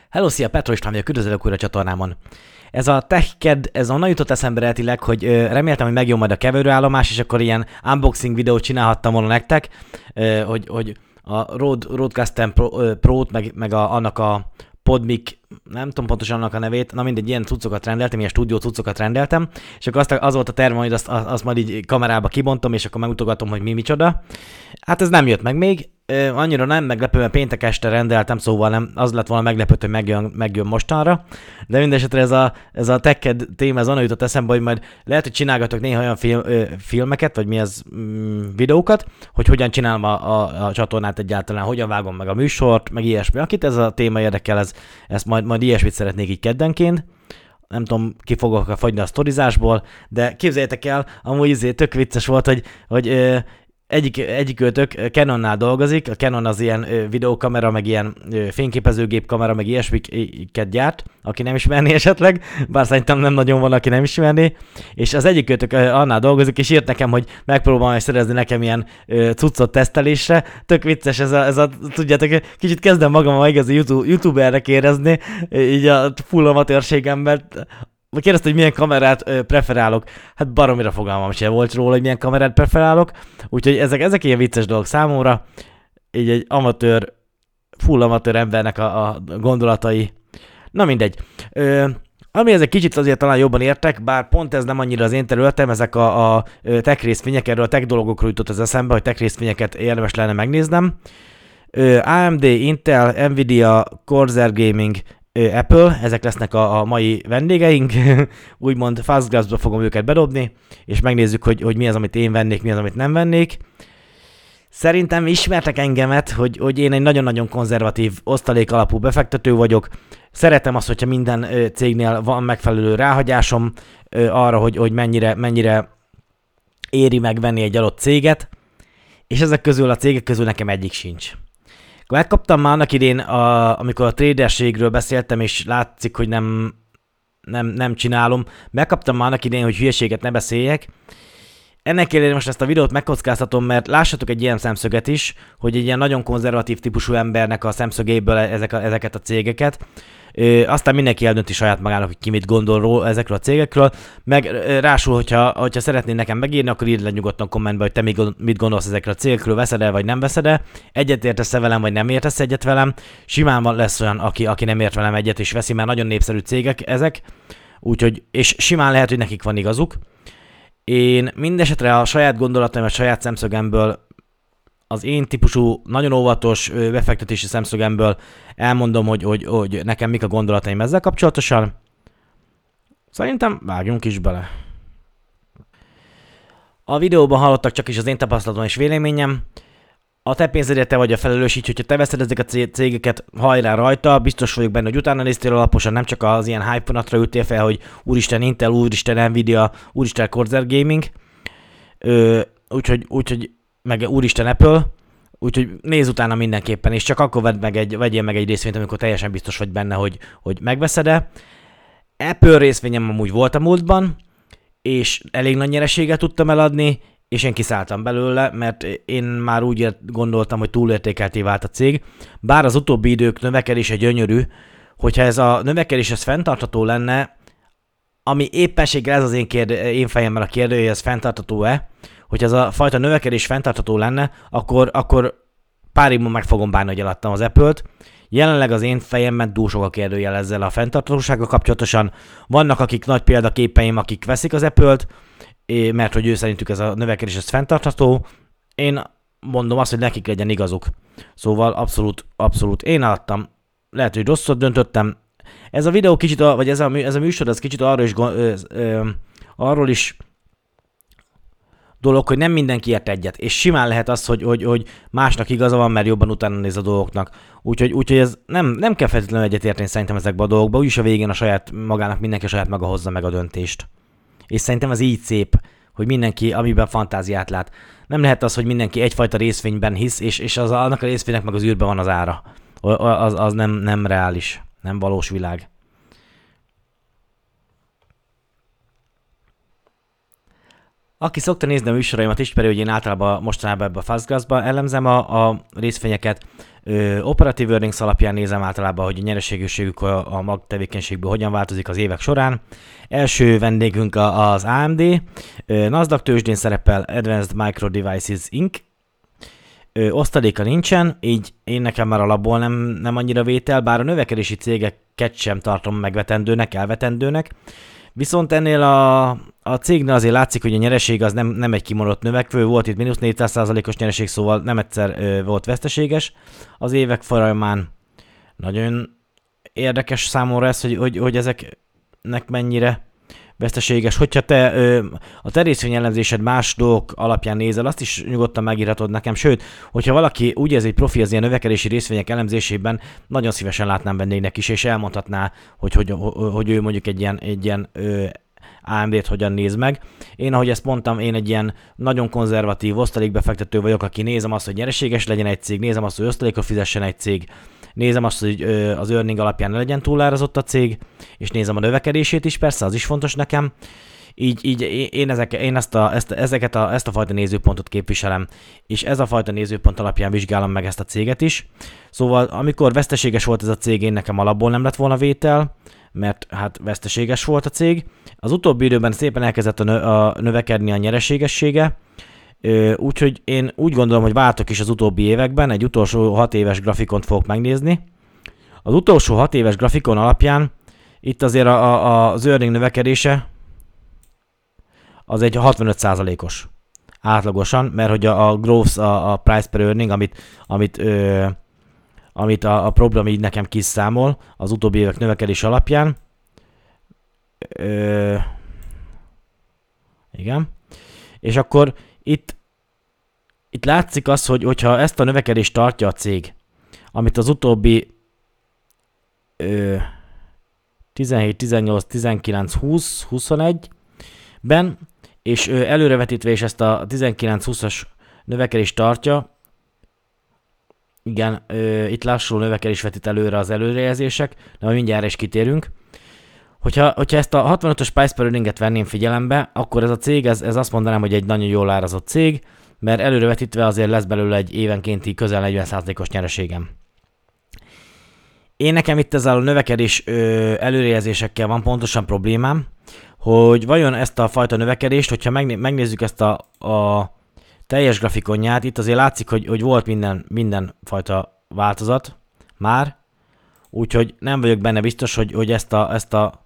Hello, szia, Petro István vagyok, üdvözlök újra a csatornámon. Ez a TechCAD, ez onnan jutott eszembe eredetileg, hogy reméltem, hogy megjön majd a keverőállomás, és akkor ilyen unboxing videót csinálhattam volna nektek, hogy a Rodecaster Pro-t, meg annak a Podmic, nem tudom pontosan annak a nevét, na mindegy, ilyen cuccokat rendeltem, ilyen stúdió cuccokat rendeltem, és akkor az volt a terve, hogy azt majd így kamerába kibontom, és akkor megmutogatom, hogy micsoda. Hát ez nem jött meg még, annyira nem meglepő, mert péntek este rendeltem, szóval nem, az lett volna meglepő, hogy megjön mostanra, de mindesetre ez a TechCAD téma, ez onnan jutott eszembe, hogy majd lehet, hogy csinálgatok néha olyan filmeket, vagy mi az videókat, hogy hogyan csinálom a csatornát egyáltalán, hogyan vágom meg a műsort, meg ilyesmi. Akit ez a téma érdekel, ezt majd ilyesmit szeretnék így keddenként. Nem tudom, ki fogok fogyni a sztorizásból, de képzeljétek el, amúgy tök vicces volt, hogy egyikőtök Canonnál dolgozik, a Canon az ilyen videókamera, meg ilyen fényképezőgép kamera, meg ilyesmiket gyárt, aki nem ismerné esetleg, bár szerintem nem nagyon van, aki nem ismerné, és az egyikőtök annál dolgozik, és írt nekem, hogy megpróbálom szerezni nekem ilyen cuccot tesztelésre, tök vicces ez a tudjátok, kicsit kezdem magam a igazi youtubernek érezni, így a full amatőrségemben. Kérdezte, hogy milyen kamerát preferálok. Hát baromira fogalmam sem volt róla, hogy milyen kamerát preferálok. Úgyhogy ezek ilyen vicces dolgok számomra. Így egy full amatőr embernek a gondolatai. Na mindegy. Ami ezek kicsit azért talán jobban értek, bár pont ez nem annyira az én területem, ezek a tech részvények, erről a tech dolgokról jutott az eszembe, hogy tech részvényeket érdemes lenne megnéznem. AMD, Intel, Nvidia, Corsair Gaming, Apple, ezek lesznek a mai vendégeink, úgymond fast glass-ba fogom őket bedobni, és megnézzük, hogy mi az, amit én vennék, mi az, amit nem vennék. Szerintem ismertek engemet, hogy én egy nagyon-nagyon konzervatív, osztalék alapú befektető vagyok. Szeretem azt, hogyha minden cégnél van megfelelő ráhagyásom arra, hogy mennyire éri megvenni egy adott céget, és ezek közül a cégek közül nekem egyik sincs. Megkaptam már annak idén, amikor a traderségről beszéltem, és látszik, hogy nem csinálom. Megkaptam már annak idén, hogy hülyeséget ne beszéljek. Ennek ellenére most ezt a videót megkockáztatom, mert lássatok egy ilyen szemszöget is, hogy egy ilyen nagyon konzervatív típusú embernek a szemszögéből ezeket a cégeket. Aztán mindenki eldönti saját magának, hogy ki mit gondol ezekről a cégekről, meg rásul, hogyha szeretnél nekem megírni, akkor írd le nyugodtan kommentbe, hogy te mit gondolsz ezekről a cégekről, veszed el vagy nem veszed el, egyet értesz velem, vagy nem értesz egyet velem, simán lesz olyan, aki nem ért velem egyet, és veszi, mert nagyon népszerű cégek ezek, úgyhogy, és simán lehet, hogy nekik van igazuk. Én mindesetre a saját gondolataim, a saját szemszögemből, az én típusú, nagyon óvatos befektetési szemszögemből elmondom, hogy nekem mik a gondolataim ezzel kapcsolatosan. Szerintem vágjunk is bele. A videóban hallottak csak is az én tapasztalatom és véleményem. A te pénzedért te vagy a felelős, így hogyha te veszed ezeket a cégeket, hajrá rajta, biztos vagyok benne, hogy utána néztél alaposan, nem csak az ilyen hype vonatra ültél fel, hogy úristen Intel, úristen Nvidia, úristen Corsair Gaming, úgyhogy meg úristen Apple, úgyhogy nézz utána mindenképpen, és csak akkor vegyél meg egy részvényt, amikor teljesen biztos vagy benne, hogy megveszed-e. Apple részvényem amúgy volt a múltban, és elég nagy nyereséget tudtam eladni, és én kiszálltam belőle, mert én már úgy gondoltam, hogy túlértékelté vált a cég. Bár az utóbbi idők növekedése gyönyörű, hogyha ez a növekedés ez fenntartható lenne, ami éppenséggel ez az én fejemmel a kérdő, hogy ez fenntartható-e, hogy ez a fajta növekedés fenntartható lenne, akkor pár évben meg fogom bánni, hogy eladtam az Apple-t. Jelenleg az én fejemben túl sok a kérdőjel ezzel a fenntarthatósággal kapcsolatosan. Vannak akik nagy példaképeim, akik veszik az Apple-t, mert hogy ő szerintük ez a növekedés ez fenntartható. Én mondom azt, hogy nekik legyen igazuk. Szóval abszolút én eladtam. Lehet, hogy rosszat döntöttem. Ez a videó kicsit, vagy ez a műsor, ez kicsit arról is dolog, hogy nem mindenki ért egyet, és simán lehet az, hogy másnak igaza van, mert jobban utána néz a dolgoknak. Úgyhogy ez nem kell feltétlenül egyet érteni szerintem ezekbe a dolgokba, úgyis a végén mindenki a saját maga hozza meg a döntést. És szerintem ez így szép, hogy mindenki, amiben fantáziát lát. Nem lehet az, hogy mindenki egyfajta részvényben hisz, és annak a részvénynek meg az űrben van az ára. Az nem reális, nem valós világ. Aki szokta nézni a műsoraimat, ismeri, hogy én általában mostanában ebbe a Fastgraphsba elemzem a részvényeket. Operatív earnings alapján nézem általában, hogy a nyereségűségük a mag tevékenységből hogyan változik az évek során. Első vendégünk az AMD, Nasdaq tőzsdén szerepel Advanced Micro Devices Inc. Osztaléka nincsen, így én nekem már alapból nem annyira vétel, bár a növekedési cégeket sem tartom megvetendőnek, elvetendőnek. Viszont ennél a cégnél azért látszik, hogy a nyereség az nem egy kimondott növekvő, volt itt mínusz 400%-os nyereség, szóval nem egyszer volt veszteséges. Az évek folyamán nagyon érdekes számomra ez, hogy ezeknek mennyire veszteséges. Hogyha te a te részvényelemzésed más dolgok alapján nézel, azt is nyugodtan megírhatod nekem. Sőt, hogyha valaki úgy érzi, hogy profi az ilyen növekedési részvények elemzésében, nagyon szívesen látnám vendégnek is, és elmondhatná, hogy ő mondjuk egy ilyen AMD-t hogyan néz meg. Én, ahogy ezt mondtam, én egy ilyen nagyon konzervatív osztalékbefektető vagyok, aki nézem azt, hogy nyereséges legyen egy cég, nézem azt, hogy osztalékot fizessen egy cég, nézem azt, hogy az earning alapján ne legyen túlárazott a cég, és nézem a növekedését is, persze, az is fontos nekem. Így én ezt a fajta nézőpontot képviselem, és ez a fajta nézőpont alapján vizsgálom meg ezt a céget is. Szóval, amikor veszteséges volt ez a cég, én nekem alapból nem lett volna vétel, mert hát veszteséges volt a cég. Az utóbbi időben szépen elkezdett növekedni a nyereségessége, úgyhogy én úgy gondolom, hogy váltok is az utóbbi években, egy utolsó 6 éves grafikont fogok megnézni. Az utolsó 6 éves grafikon alapján itt azért az earning növekedése az egy 65%-os átlagosan, mert hogy a growth, a price per earning, amit a program így nekem kiszámol az utóbbi évek növekedés alapján. Igen. És akkor itt látszik az, hogyha ezt a növekedést tartja a cég, amit az utóbbi 17, 18, 19, 20, 21-ben, és előrevetítve is ezt a 19-20-as növekedést tartja, igen, itt lassuló növekedés vetít előre az előrejelzések, de majd mindjárt is kitérünk. Hogyha ezt a 65-ös price per earninget venném figyelembe, akkor ez a cég, ez azt mondanám, hogy egy nagyon jól árazott cég, mert előrevetítve azért lesz belőle egy évenkénti közel 40%-os nyereségem. Én nekem itt ezzel a növekedés előrejelzésekkel van pontosan problémám, hogy vajon ezt a fajta növekedést, hogyha megnézzük ezt a teljes grafikonját, itt azért látszik, hogy volt minden fajta változat már, úgyhogy nem vagyok benne biztos, hogy ezt a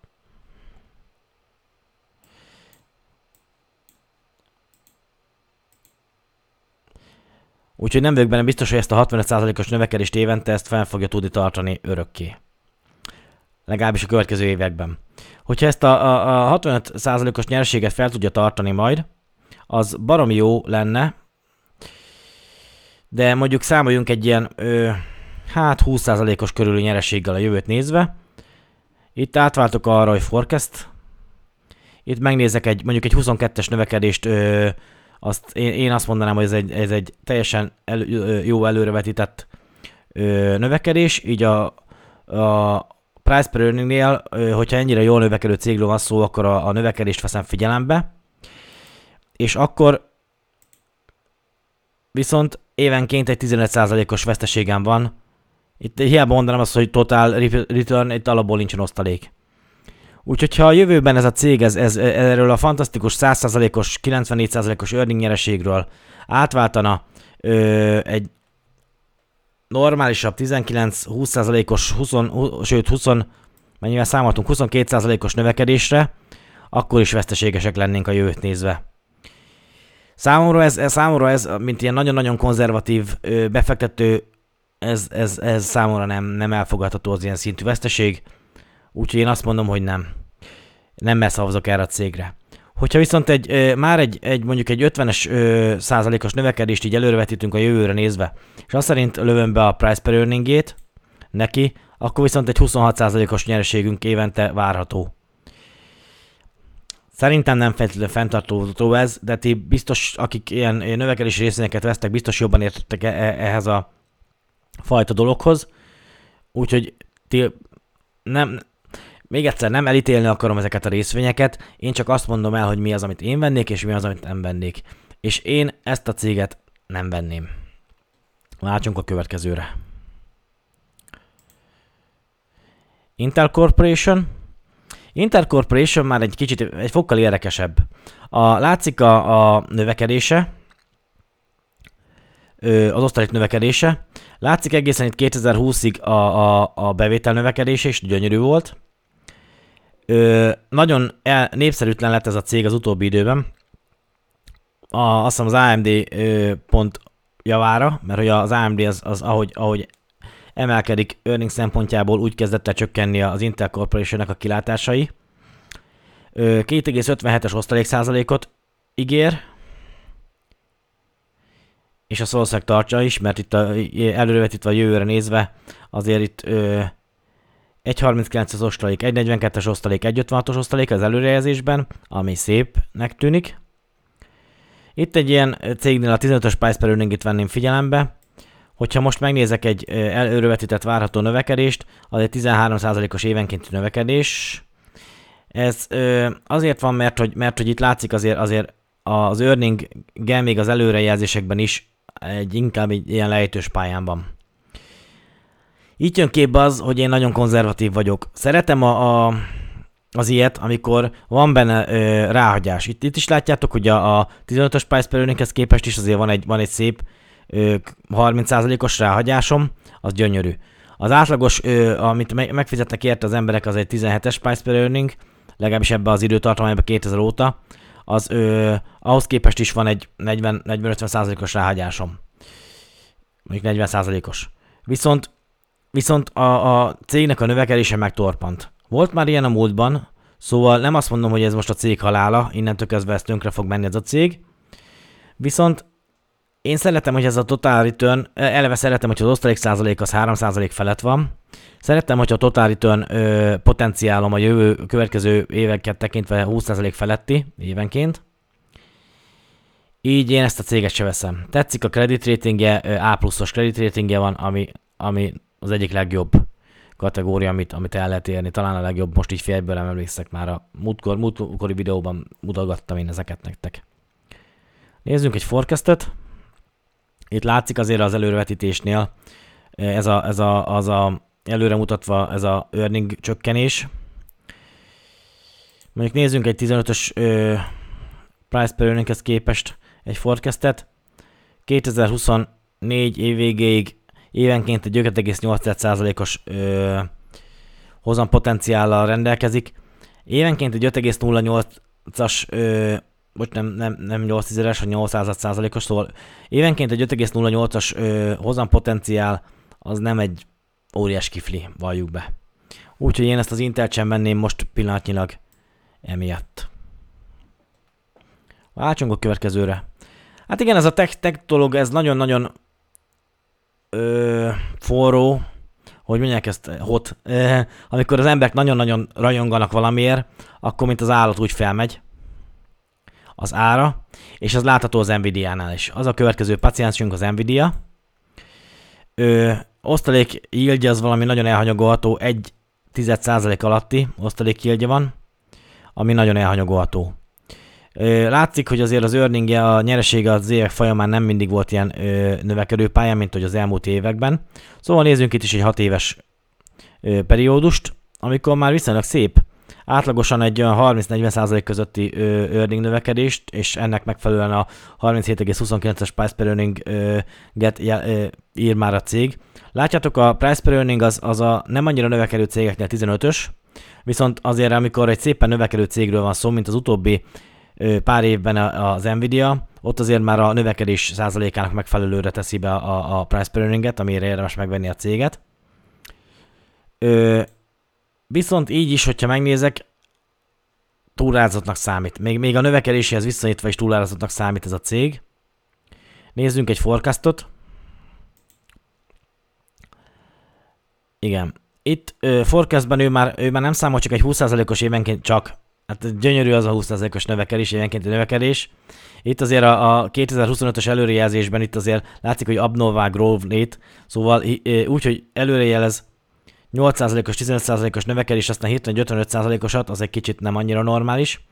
úgyhogy nem vagyok benne biztos, hogy ezt a 65%-os növekedést évente ezt fel fogja tudni tartani örökké. Legalábbis a következő években. Hogyha ezt a 65%-os nyereséget fel tudja tartani majd, az baromi jó lenne, de mondjuk számoljunk egy ilyen 20%-os körüli nyereséggel a jövőt nézve. Itt átváltok arra, hogy forecast. Itt megnézek mondjuk egy 22-es növekedést, én azt mondanám, hogy ez egy teljesen jó előrevetített növekedés, így a price per earningnél, hogyha ennyire jól növekedő cégről van szó, akkor a növekedést veszem figyelembe, és akkor viszont évenként egy 15%-os veszteségem van. Itt hiába mondanám azt, hogy total return, itt alapból nincsen osztalék. Úgyhogy ha a jövőben ez a cég erről a fantasztikus 100%-os, 94%-os earning nyereségről átváltana egy normálisabb 19-20%-os, sőt 20, mennyivel számoltunk, 22%-os növekedésre, akkor is veszteségesek lennénk a jövőt nézve. Számomra ez mint ilyen nagyon-nagyon konzervatív befektető, ez számomra nem elfogadható az ilyen szintű veszteség, úgyhogy én azt mondom, hogy nem szavazok erre a cégre. Hogyha viszont mondjuk egy 50-es százalékos növekedést így előrevetítünk a jövőre nézve, és azt szerint lövöm be a price per earningét neki, akkor viszont egy 26%-os nyereségünk évente várható. Szerintem nem feltétlenül fenntartható ez, de ti biztos, akik ilyen növekedési részvényeket vesztek, biztos jobban értettek ehhez a fajta dologhoz. Úgyhogy ti még egyszer nem elítélni akarom ezeket a részvényeket, én csak azt mondom el, hogy mi az, amit én vennék, és mi az, amit nem vennék. És én ezt a céget nem venném. Váltsunk a következőre. Intel Corporation. Intel Corporation már egy kicsit, egy fokkal érdekesebb. Látszik a növekedése, az osztalék növekedése. Látszik egészen itt 2020-ig a bevétel növekedése is, gyönyörű volt. Nagyon népszerűtlen lett ez a cég az utóbbi időben. Azt hiszem az AMD pont javára, mert hogy az AMD az ahogy emelkedik earnings szempontjából, úgy kezdett el csökkenni az Intel Corporation-nek a kilátásai. 2,57-es osztalék százalékot ígér, és azt valószínűleg tartja is, mert itt előrevetítve a jövőre nézve azért itt 1,39-es osztalék, 1,42-es osztalék, 1,56-os osztalék az előrejelzésben, ami szépnek tűnik. Itt egy ilyen cégnél a 15-ös price per earning-et venném figyelembe. Hogyha most megnézek egy előrevetített várható növekedést, az egy 13%-os évenkénti növekedés. Ez azért van, mert hogy itt látszik azért az earning-gel még az előrejelzésekben is inkább egy ilyen lejtős pályán van. Így jön képbe az, hogy én nagyon konzervatív vagyok. Szeretem az ilyet, amikor van benne ráhagyás. Itt is látjátok, hogy a 15-ös price per earninghez képest is azért van egy szép 30%-os ráhagyásom, az gyönyörű. Az átlagos, amit megfizetnek érte az emberek, az egy 17-es price per earning, legalábbis ebbe az időtartamában 2000 óta, az ahhoz képest is van egy 40-50%-os ráhagyásom. Mondjuk 40%-os. Viszont a cégnek a növekedése megtorpant. Volt már ilyen a múltban, szóval nem azt mondom, hogy ez most a cég halála, innentől kezdve ez tönkre fog menni ez a cég. Viszont én szeretem, hogy ez a total return, eleve szeretem, hogy az osztalék százalék az 3% felett van. Szeretem, hogy a total return potenciálom a következő éveket tekintve 20% feletti évenként. Így én ezt a céget se veszem. Tetszik a credit ratingje, A+-os credit ratingje van, ami az egyik legjobb kategória, amit el lehet érni. Talán a legjobb, most így félből nem emlékszek már a múltkori videóban mutatgattam én ezeket nektek. Nézzünk egy forecastet. Itt látszik azért az előrevetítésnél az a előre mutatva ez a earning csökkenés. Mondjuk nézzünk egy 15-ös price per earninghez képest egy forecastet. 2024 év végéig évenként egy 5,8%-os hozampotenciállal rendelkezik. Évenként egy 5,08-as, nem 8,10-es, hanem 8%-os, szóval évenként egy 5,08-as hozampotenciál az nem egy óriás kifli, valljuk be. Úgyhogy én ezt az Intelt sem venném most pillanatnyilag emiatt. Váltsunk a következőre. Hát igen, ez a tech dolog, ez nagyon-nagyon forró, hogy mondják ezt, hot. Amikor az emberek nagyon-nagyon rajonganak valamiért, akkor mint az állat úgy felmegy az ára, és az látható az Nvidia-nál is. Az a következő paciensünk az Nvidia. Osztalék yieldje az valami nagyon elhanyagolható, 1,1% alatti osztalék yieldje van, ami nagyon elhanyagolható. Látszik, hogy azért az earningje, a nyeresége az évek folyamán nem mindig volt ilyen növekedő pályán, mint hogy az elmúlt években. Szóval nézzünk itt is egy 6 éves periódust, amikor már viszonylag szép, átlagosan egy olyan 30-40% közötti earning növekedést, és ennek megfelelően a 37,29-es price per earning-et ír már a cég. Látjátok, a price per earning az a nem annyira növekedő cégeknél 15-ös, viszont azért, amikor egy szépen növekedő cégről van szó, mint az utóbbi pár évben az Nvidia, ott azért már a növekedés százalékának megfelelőre teszi be a price per earning-et, amire érdemes megvenni a céget. Viszont így is, hogyha megnézek, túlárazottnak számít. Még a növekedéséhez viszonyítva is túlárazottnak számít ez a cég. Nézzünk egy forecastot. Igen. Itt forecastben ő már nem számol, csak egy 20%-os évenként csak. Hát gyönyörű az a 20%-os növekedés, évenkénti növekedés. Itt azért a 2025-ös előrejelzésben itt azért látszik, hogy abnormál growth rate, szóval úgy, hogy előrejelez 8%-os, 15%-os növekedés, aztán hirtelen egy 55%-osat, az egy kicsit nem annyira normális.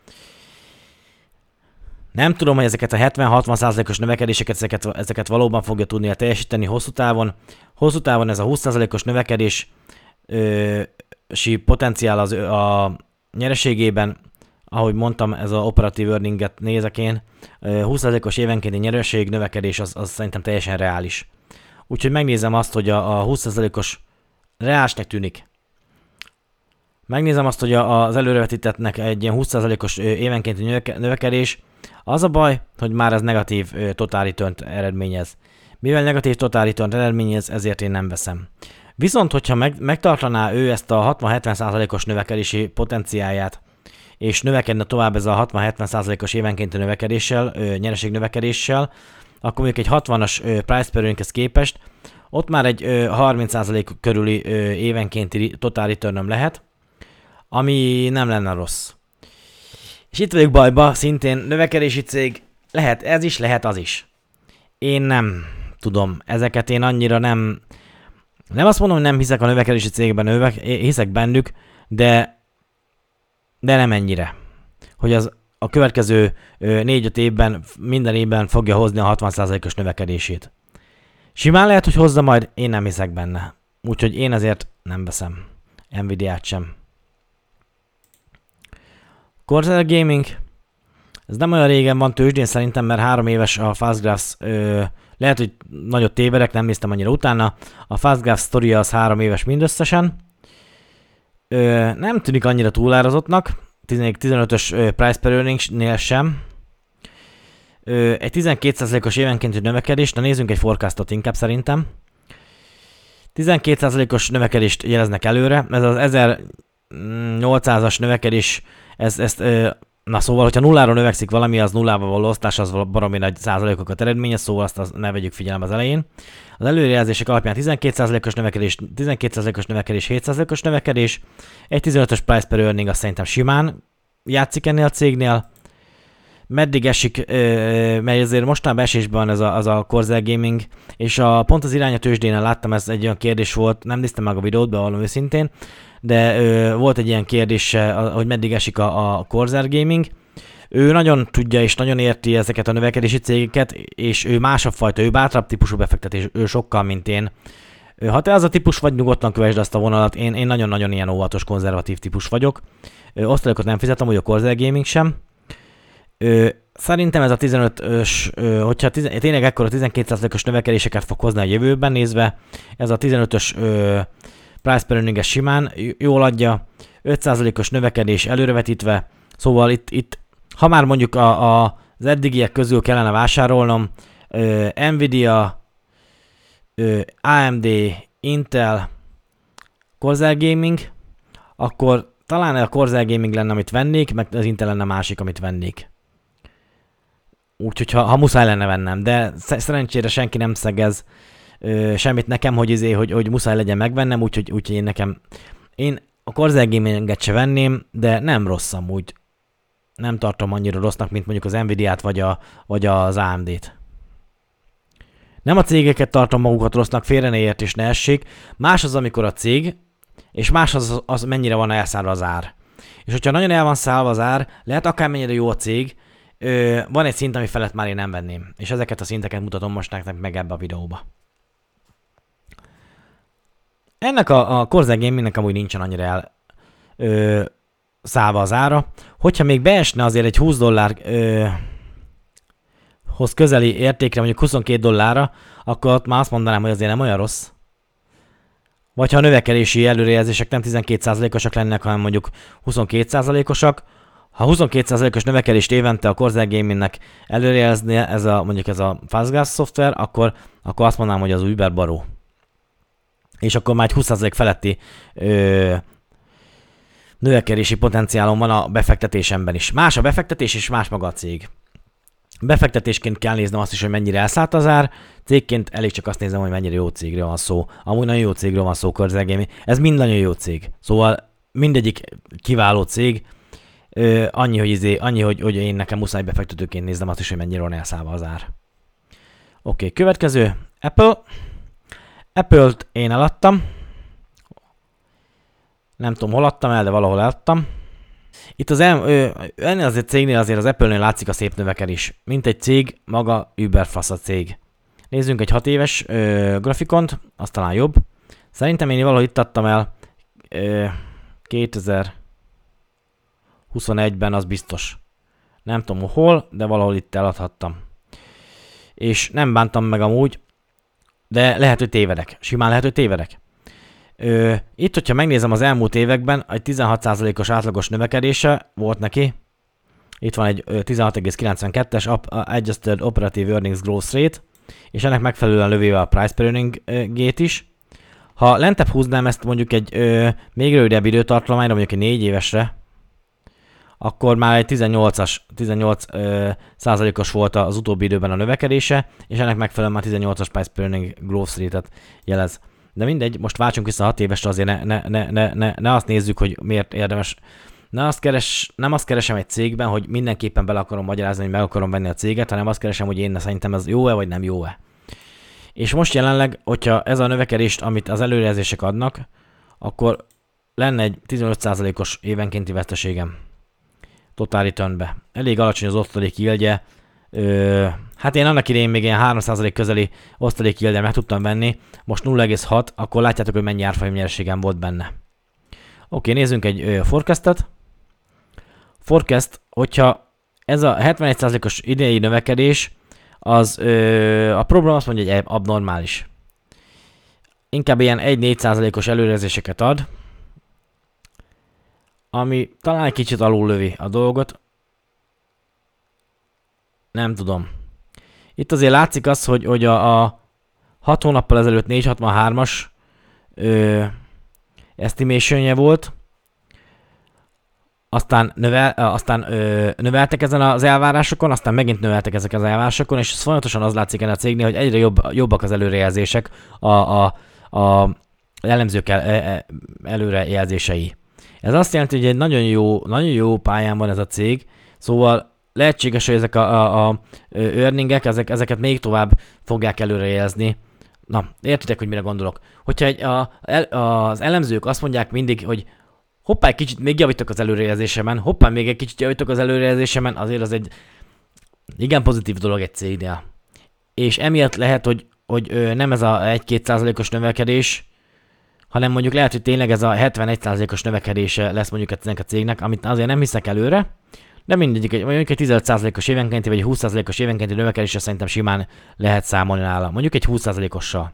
Nem tudom, hogy ezeket a 70-60%-os növekedéseket, ezeket valóban fogja tudni teljesíteni hosszú távon. Hosszú távon ez a 20%-os növekedési potenciál a nyereségében, ahogy mondtam, ez a operatív earninget nézek én, 20%-os évenkénti nyereség növekedés az szerintem teljesen reális. Úgyhogy megnézem azt, hogy a 20%-os reálisnek tűnik. Megnézem azt, hogy az előrevetítettnek egy ilyen 20%-os évenkénti növekedés. Az a baj, hogy már ez negatív total return-t eredményez. Mivel negatív total return-t eredményez, ezért én nem veszem. Viszont, hogyha megtartaná ő ezt a 60-70%-os növekedési potenciáját, és növekedne tovább ez a 60-70%-os évenkénti növekedéssel, nyereség növekedéssel, akkor mondjuk egy 60-as price per earninghez képest, ott már egy 30% körüli évenkénti total return lehet, ami nem lenne rossz. És itt vagyok bajba, szintén növekedési cég, lehet ez is, lehet az is. Én nem tudom, ezeket én annyira nem azt mondom, hogy nem hiszek a növekedési cégben, hiszek bennük, de nem ennyire. Hogy az a következő 4-5 évben, minden évben fogja hozni a 60%-os növekedését. Simán lehet, hogy hozza majd, én nem hiszek benne. Úgyhogy én ezért nem veszem Nvidia-t sem. Corsair Gaming. Ez nem olyan régen van tőzsdén szerintem, mert 3 éves a Fastgraphs, lehet, hogy nagyot tévedek, nem néztem annyira utána. A Fastgraphs sztoria az 3 éves mindösszesen. Nem tűnik annyira túlárazottnak, 15-ös price per earnings-nél sem. Egy 12%-os évenkénti növekedés, na nézzünk egy forecastot inkább szerintem. 12%-os növekedést jeleznek előre, ez az 1800-as növekedés, na szóval, hogyha nulláról növekszik valami, az nullával való osztás, az baromi nagy százalékokat eredményez, szóval azt ne vegyük figyelembe az elején. Az előrejelzések alapján 12%-os növekedés, 12%-os növekedés, 7%-os növekedés, egy 15-ös price per earning azt szerintem simán játszik ennél a cégnél. Meddig esik, mert ezért mostanában esésben van az a Corsair Gaming, és pont az irány a tőzsdénen láttam, ez egy olyan kérdés volt, nem néztem meg a videót, bevallom őszintén, de volt egy ilyen kérdés, hogy meddig esik a Corsair Gaming. Ő nagyon tudja és nagyon érti ezeket a növekedési cégeket, és ő másabb fajta, ő bátrabb típusú befektetés, ő sokkal, mint én. Ha te az a típus vagy, nyugodtan kövesd azt a vonalat, én nagyon-nagyon ilyen óvatos, konzervatív típus vagyok. Osztalékot nem fizetem, hogy a Corsair Gaming sem. Szerintem ez a 15-ös, hogyha tényleg ekkora 12%-os növekedéseket fog hozni a jövőben nézve, ez a 15-ös price per earning-es simán jól adja, 5%-os növekedés előrevetítve, szóval itt ha már mondjuk az eddigiek közül kellene vásárolnom, Nvidia, AMD, Intel, Corsair Gaming, akkor talán a Corsair Gaming lenne, amit vennék, meg az Intel lenne másik, amit vennék. Úgyhogy ha muszáj lenne vennem, de szerencsére senki nem szegez semmit nekem, hogy muszáj legyen megvennem, úgyhogy én a Corsair Gaming-et se venném, de nem rossz amúgy. Nem tartom annyira rossznak, mint mondjuk az Nvidia-t vagy az AMD-t. Nem a cégeket tartom magukat rossznak, félre ne ért és ne essék. Más az, amikor a cég, és más az mennyire van elszállva az ár. És hogyha nagyon el van szállva az ár, lehet akármennyire jó a cég, van egy szint, ami felett már én nem venném. És ezeket a szinteket mutatom most nektek meg ebbe a videóba. Ennek a Corsair Gamingnek amúgy nincsen annyira szállva az ára. Hogyha még beesne azért egy $20 hoz közeli értékre, mondjuk $22, akkor ott már azt mondanám, hogy azért nem olyan rossz. Vagy ha a növekedési előrejelzések nem 12%-osak lennek, hanem mondjuk 22%-osak, ha 22%-os növekedést évente a Corsair Gamingnek előrejelznie mondjuk ez a Fastgraphs szoftver, akkor azt mondanám, hogy az Uber baró. És akkor már egy 20% feletti növekedési potenciálom van a befektetésemben is. Más a befektetés és más maga a cég. Befektetésként kell néznem azt is, hogy mennyire elszállt az ár, cégként elég csak azt nézem, hogy mennyire jó cégről van szó. Amúgy nagyon jó cégről van szó, Corsair Gaming. Ez mind nagyon jó cég. Szóval mindegyik kiváló cég. Annyi, hogy én nekem muszáj befektetőként néznem azt is, hogy mennyire van elszállva az ár. Oké, következő. Apple. Apple-t én eladtam. Nem tudom, hol adtam el, de valahol eladtam. Itt ennél azért cégnél azért az Apple-nél látszik a szép növekedés. Mint egy cég, maga überfasz a cég. Nézzünk egy 6 éves grafikont, az talán jobb. Szerintem én valahogy itt adtam el 2021-ben, az biztos. Nem tudom hol, de valahol itt eladhattam. És nem bántam meg amúgy, de lehet, hogy tévedek. Simán lehet, hogy tévedek. Itt, hogyha megnézem az elmúlt években, egy 16%-os átlagos növekedése volt neki. Itt van egy 16,92-es Adjusted Operative Earnings Growth Rate, és ennek megfelelően lövéve a Price per Earning Gate is. Ha lentebb húznám ezt mondjuk egy még rövidebb időtartalományra, mondjuk egy 4 évesre, akkor már egy 18 százalékos volt az utóbbi időben a növekedése, és ennek megfelelően már 18-as Price per Earning Growth Rate-et jelez. De mindegy, most váltsunk vissza 6 évesre, azért ne azt nézzük, hogy miért érdemes. Nem azt keresem egy cégben, hogy mindenképpen bele akarom magyarázni, hogy meg akarom venni a céget, hanem azt keresem, hogy én szerintem ez jó-e, vagy nem jó-e. És most jelenleg, hogyha ez a növekedést, amit az előrejelzések adnak, akkor lenne egy 15%-os évenkénti veszteségem. Total returnbe. Elég alacsony az osztalék yieldje. Hát én annak idején még ilyen 3% közeli osztalék yieldje meg tudtam venni. Most 0,6, akkor látjátok, hogy mennyi árfolyam nyereségem volt benne. Oké, nézzünk egy forecastet. Forecast, hogyha ez a 71%-os idei növekedés, az a program azt mondja, hogy abnormális. Inkább ilyen 1-4%-os előrejelzéseket ad, ami talán egy kicsit alullövi a dolgot. Nem tudom. Itt azért látszik az, hogy a 6 hónappal ezelőtt 463-as estimationje volt, aztán növeltek ezen az elvárásokon, aztán megint növeltek ezek az elvárásokon, és folyamatosan az látszik ennél a cégnél, hogy egyre jobbak az előrejelzések, a elemzők előrejelzései. Ez azt jelenti, hogy egy nagyon jó pályán van ez a cég, szóval lehetséges, hogy ezek a earningek, ezeket még tovább fogják előrejelezni. Na, értitek, hogy mire gondolok? Hogyha az elemzők azt mondják mindig, hogy hoppá, egy kicsit még javítok az előrejelzésemen, hoppá, még egy kicsit javítok az előrejelzésemen, azért az egy igen pozitív dolog egy cégnél. És emiatt lehet, hogy nem ez a 1-2%-os növekedés, hanem mondjuk lehet, hogy tényleg ez a 71%-os növekedése lesz mondjuk ennek a cégnek, amit azért nem hiszek előre, de mindegyik, mondjuk egy 15%-os évenkénti, vagy egy 20%-os évenkénti növekedésre szerintem simán lehet számolni nála. Mondjuk egy 20%-ossal.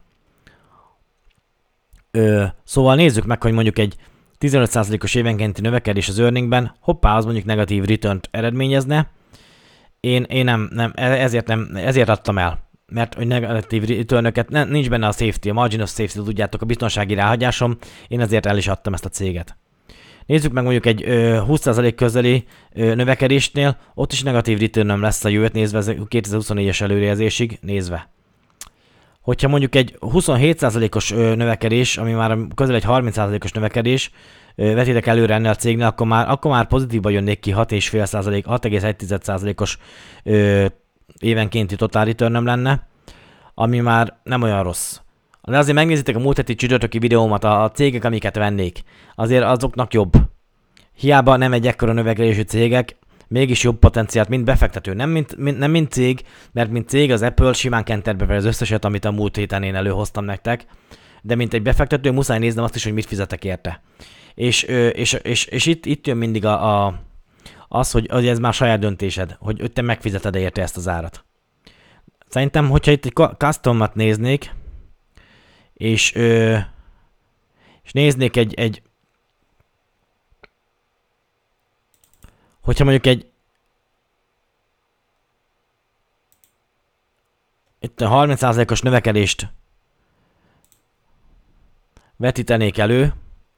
Szóval nézzük meg, hogy mondjuk egy 15%-os évenkénti növekedés az earningben, hoppá, az mondjuk negatív return-t eredményezne. Én nem, ezért adtam el. Mert hogy negatív return-öket, nincs benne a safety, a margin of safety, tudjátok, a biztonsági ráhagyásom, én ezért el is adtam ezt a céget. Nézzük meg mondjuk egy 20% közeli növekedésnél, ott is negatív return lesz a jövőt nézve, 2024-es előrejelzésig nézve. Hogyha mondjuk egy 27%-os növekedés, ami már közel egy 30%-os növekedés, vetítek előre ennél a cégnél, akkor már pozitívba jönnék ki 6,1%-os évenkénti total return lenne, ami már nem olyan rossz. De azért megnézitek a múlt heti csütörtöki videómat, a cégek, amiket vennék, azért azoknak jobb. Hiába nem egy ekkora növekedésű cégek, mégis jobb potenciált, mint befektető. Nem mint cég, mert mint cég az Apple simán kenterbe az összeset, amit a múlt héten én előhoztam nektek, de mint egy befektető muszáj néznem azt is, hogy mit fizetek érte. És itt jön mindig az, hogy ez már saját döntésed, hogy te megfizeted érte ezt az árat. Szerintem, hogyha itt egy customat néznék, és néznék hogyha mondjuk itt a 30%-os növekedést vetítenék elő,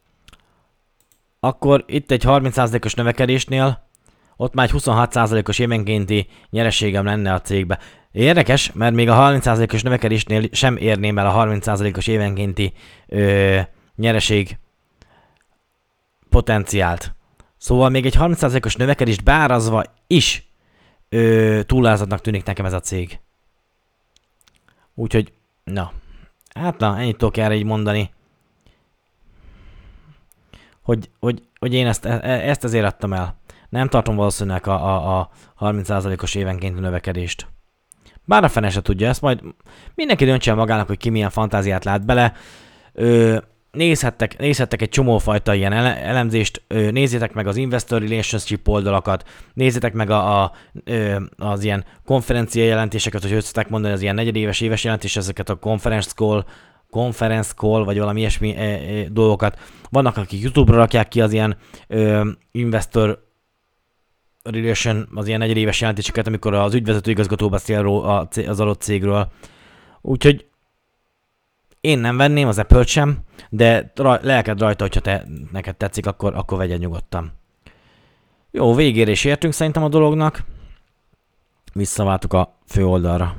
akkor itt egy 30%-os növekedésnél ott már egy 26%-os évenkénti nyereségem lenne a cégbe. Érdekes, mert még a 30%-os növekedésnél sem érném el a 30%-os évenkénti nyereség potenciált. Szóval még egy 30%-os növekedést beárazva is túlázatnak tűnik nekem ez a cég. Úgyhogy, ennyit tudok erre így mondani. hogy én ezt ezért adtam el. Nem tartom valószínűleg a 30%-os évenkénti növekedést. Bár a fene se tudja, ezt majd mindenki döntse el magának, hogy ki milyen fantáziát lát bele. Nézhettek egy csomófajta ilyen elemzést, nézzétek meg az Investor Relationship oldalakat, nézzétek meg az ilyen konferencia jelentéseket, hogy összetek mondani az ilyen negyedéves, éves jelentés, ezeket a conference call, vagy valami ilyesmi dolgokat. Vannak, akik YouTube-ra rakják ki az ilyen Investor Relation, az ilyen negyedéves jelentéseket, amikor az ügyvezető igazgató beszél az adott cégről. Úgyhogy én nem venném az Apple-t sem, de lelked rajta, hogyha neked tetszik, akkor vegyed nyugodtan. Jó, végére is értünk szerintem a dolognak. Visszaváltuk a fő oldalra.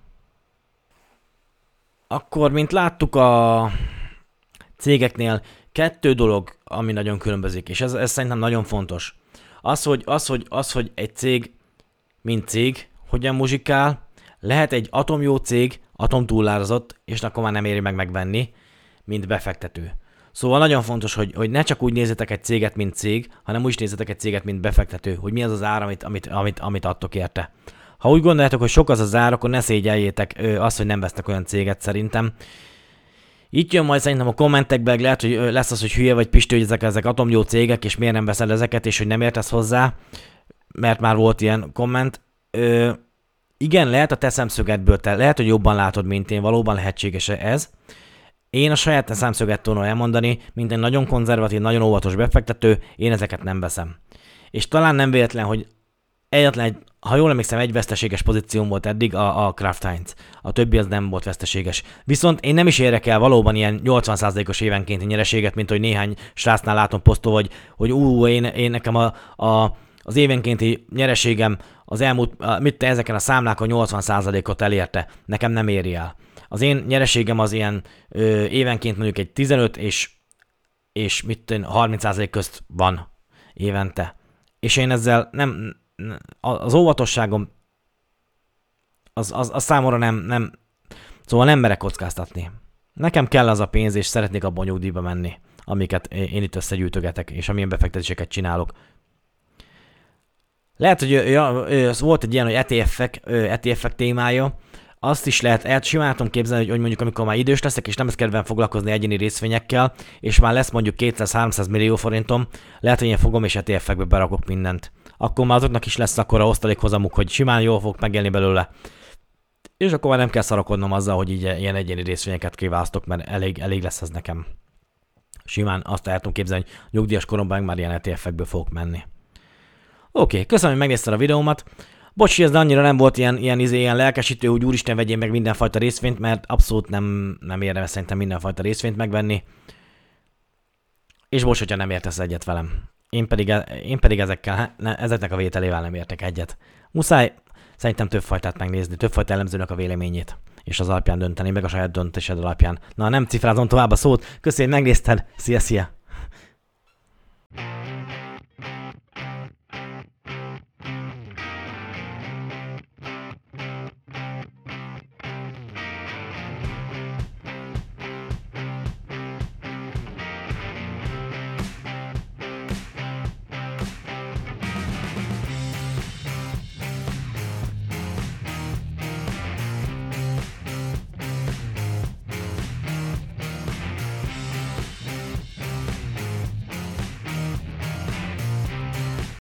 Akkor, mint láttuk a cégeknél, 2 dolog, ami nagyon különbözik, és ez szerintem nagyon fontos. Az, hogy egy cég, mint cég, hogyan muzsikál, lehet egy atomjó cég, atomtúlárazott, és akkor már nem éri megvenni, mint befektető. Szóval nagyon fontos, hogy ne csak úgy nézzetek egy céget, mint cég, hanem úgy is nézzetek egy céget, mint befektető, hogy mi az az ár, amit adtok érte. Ha úgy gondoljátok, hogy sok az az ár, akkor ne szégyeljétek azt, hogy nem vesztek olyan céget szerintem. Itt jön majd szerintem a kommentekben, lehet, hogy lesz az, hogy hülye vagy Pisti, hogy ezek atomjó cégek, és miért nem veszel ezeket, és hogy nem értesz hozzá, mert már volt ilyen komment. Igen, lehet a te szemszögedből, lehet, hogy jobban látod, mint én, valóban lehetséges ez. Én a saját szemszöget tudom elmondani, mint egy nagyon konzervatív, nagyon óvatos befektető, én ezeket nem veszem. És talán nem véletlen, hogy egyetlen ha jól emlékszem, egy veszteséges pozícióm volt eddig, a Kraft Heinz. A többi az nem volt veszteséges. Viszont én nem is érek el valóban ilyen 80%-os évenkénti nyereséget, mint hogy néhány srácnál látom posztol, hogy én nekem az évenkénti nyereségem az elmúlt, ezeken a számlákon 80%-ot elérte. Nekem nem éri el. Az én nyereségem az ilyen évenként mondjuk egy 15 és 30% közt van évente. És én ezzel az óvatosságom az számomra nem szóval nem merek kockáztatni. Nekem kell az a pénz, és szeretnék abban nyugdíjba menni, amiket én itt összegyűjtögetek, és amilyen befektetéseket csinálok. Lehet, hogy volt egy ilyen, hogy ETF-ek témája, azt is lehet, simán tudom képzelni, hogy mondjuk amikor már idős leszek, és nem lesz kedvem foglalkozni egyéni részvényekkel, és már lesz mondjuk 200-300 millió forintom, lehet, hogy én fogom és ETF-ekbe berakok mindent. Akkor már azoknak is lesz akkora osztalékhozamuk, hogy simán jól fog megélni belőle. És akkor már nem kell szarakodnom azzal, hogy így ilyen egyéni részvényeket kiválasztok, mert elég lesz ez nekem. Simán azt el tudom képzelni, hogy nyugdíjas koromban már ilyen ETF-ekből fogok menni. Oké, köszönöm, hogy megnézted a videómat. Bocsi, ez annyira nem volt ilyen lelkesítő, hogy úristen vegyél meg mindenfajta részvényt, mert abszolút nem érdemes szerintem mindenfajta részvényt megvenni. És bocs, hogyha nem értesz egyet velem. Én pedig ezeknek a vételével nem értek egyet. Muszáj szerintem több fajtát megnézni, több fajta elemzőnek a véleményét, és az alapján dönteni, meg a saját döntésed alapján. Na, nem cifrázom tovább a szót. Köszönöm, hogy megnézted. Szia!